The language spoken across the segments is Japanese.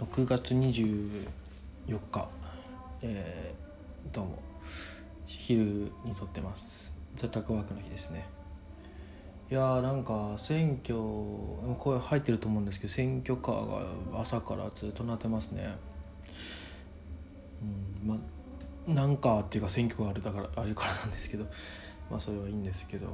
6月24日、どうも昼に撮ってます。在宅ワークの日ですね。いやーなんか選挙声入ってると思うんですけど、選挙カーが朝からずっと鳴ってますね。なんかっていうか選挙があるからなんですけど、それはいいんですけど、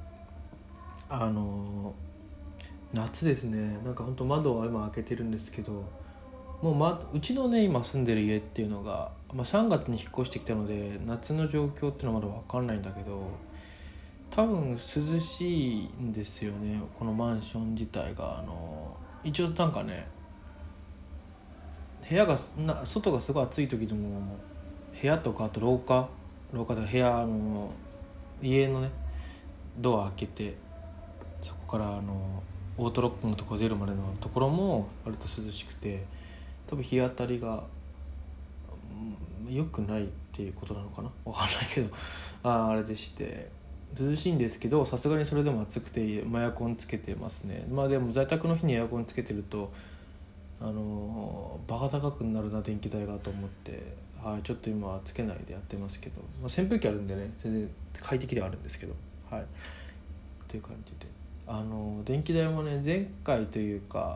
夏ですね。なんか本当窓は今開けてるんですけど、もううちのね今住んでる家っていうのが、3月に引っ越してきたので夏の状況っていうのはまだ分かんないんだけど、多分涼しいんですよね。このマンション自体が一応なんかね、部屋が外がすごい暑い時でも部屋とかあと廊下とか部屋家のねドア開けて、そこからオートロックのところ出るまでのところも割と涼しくて、多分日当たりが良くないっていうことなのかな、分かんないけどあれでして涼しいんですけど、さすがにそれでも暑くてエアコンつけてますね。でも在宅の日にエアコンつけてるとバカ高くなるな電気代がと思って、ちょっと今はつけないでやってますけど、扇風機あるんでね全然快適ではあるんですけど、っていう感じで電気代もね、前回というか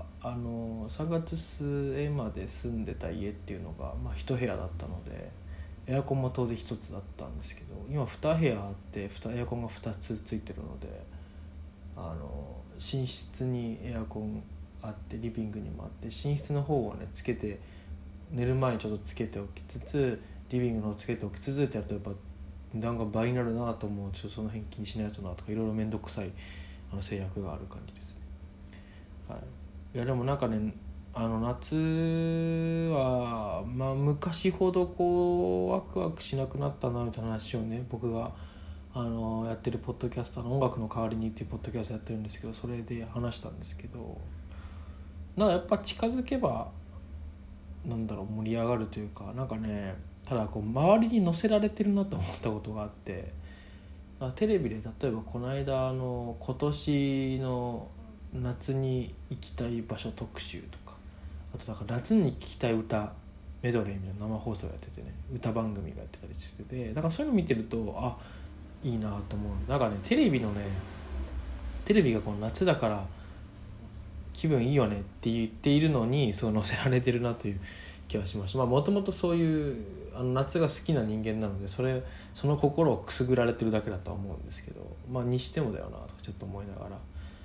3月末まで住んでた家っていうのが、1部屋だったのでエアコンも当然1つだったんですけど、今2部屋あってエアコンが2つついてるので、寝室にエアコンあってリビングにもあって、寝室の方をねつけて寝る前にちょっとつけておきつつリビングの方つけておきつつってやるとやっぱ値段が倍になるなと思うと、その辺気にしないとなとかいろいろ面倒くさい制約がある感じですね。いやでもなんかね夏は昔ほどワクワクしなくなったなみたいな話をね、僕がやってるポッドキャスト音楽の代わりにっていうポッドキャストやってるんですけど、それで話したんですけど、やっぱ近づけば盛り上がるというか、ただ周りに乗せられてるなと思ったことがあって、テレビで例えばこの間今年の夏に行きたい場所特集とか、あと夏に聴きたい歌メドレーみたいな生放送やっててね、歌番組がやってたりしてて、そういうの見てるといいなと思う。テレビがこの夏だから気分いいよねって言っているのにそう載せられてるなという気はしました。もともとそういう夏が好きな人間なので、その心をくすぐられてるだけだとは思うんですけど、にしてもだよなとかちょっと思いながら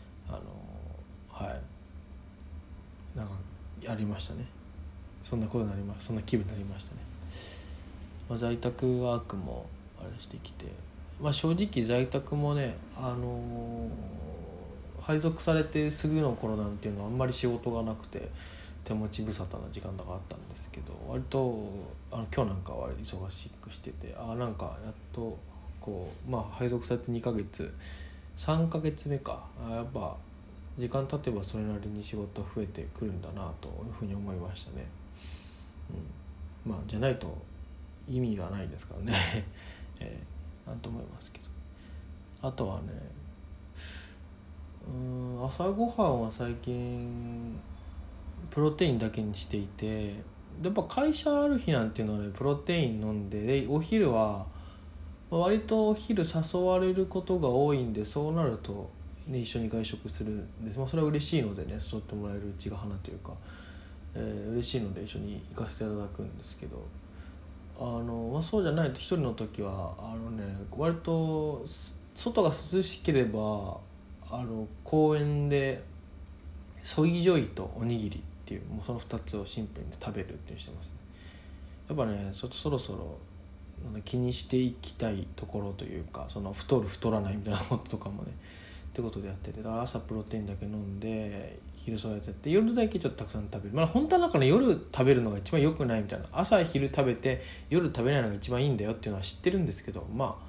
やりましたね。そんな気分になりましたね。在宅ワークもあれしてきて、正直在宅もね配属されてすぐの頃なんていうのはあんまり仕事がなくて手持ち無沙汰な時間とかあったんですけど、割と今日なんかは忙しくしてて、やっと配属されて2ヶ月3ヶ月目か、やっぱ時間経てばそれなりに仕事増えてくるんだなというふうに思いましたね。じゃないと意味がないですからねなんと思いますけど、あとはね朝ごはんは最近プロテインだけにしていて、やっぱ会社ある日なんていうのはねプロテイン飲んで、お昼は割とお昼誘われることが多いんで、そうなると、一緒に外食するんです。それは嬉しいのでね、誘ってもらえるうちが花というか、嬉しいので一緒に行かせていただくんですけど、そうじゃないと一人の時は割と外が涼しければ公園でソイジョイとおにぎりっていう、その2つをシンプルに食べるっていうしてますね。やっぱねちょっとそろそろ気にしていきたいところというか、太る太らないみたいなこととかもねってことでやってて、だから朝プロテインだけ飲んで昼そうやってやって、夜だけちょっとたくさん食べる。本当は夜食べるのが一番良くないみたいな、朝昼食べて夜食べないのが一番いいんだよっていうのは知ってるんですけど、でも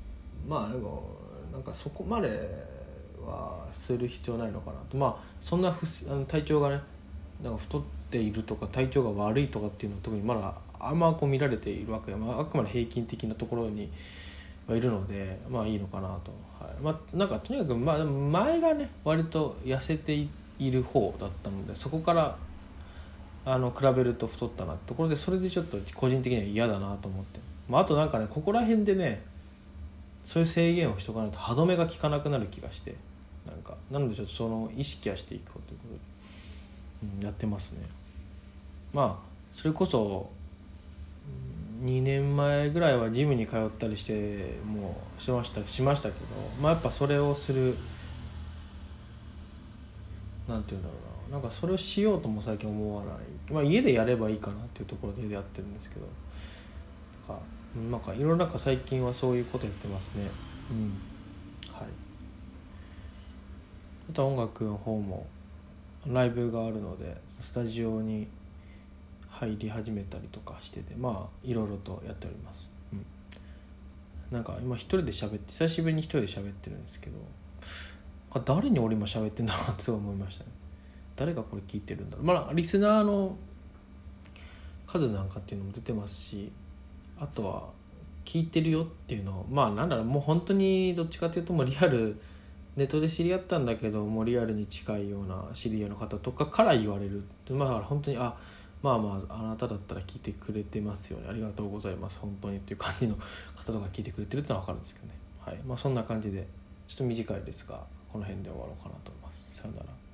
そこまではする必要ないのかなと。そんな体調がね太っているとか体調が悪いとかっていうのは特にまだあんま見られているわけで、あくまで平均的なところにはいるのでいいのかなと。とにかく前がね割と痩せている方だったので、そこから比べると太ったなってところで、それでちょっと個人的には嫌だなと思って、あとなんかねここら辺でねそういう制限をしとかないと歯止めが効かなくなる気がして、なのでちょっとその意識はしていこうということで、やってますね。それこそ2年前ぐらいはジムに通ったりしてもうしましたけど、やっぱそれをするなんていうんだろうな、それをしようとも最近思わない、家でやればいいかなっていうところでやってるんですけど、いろいろ最近はそういうことやってますね。はい。あとは音楽の方もライブがあるのでスタジオに入り始めたりとかしてて、いろいろとやっております。今一人で喋って久しぶりに一人で喋ってるんですけど、誰に俺今喋ってんだろうなってすごい思いましたね。誰がこれ聞いてるんだろう。リスナーの数なんかっていうのも出てますし、あとは聞いてるよっていうのをもう本当にどっちかというともうリアルネットで知り合ったんだけどもうリアルに近いような知り合いの方とかから言われる。だから本当にあなただったら聞いてくれてますよね、ありがとうございます本当にっていう感じの方とか聞いてくれてるってのは分かるんですけどね。はい。そんな感じでちょっと短いですがこの辺で終わろうかなと思います。さよなら。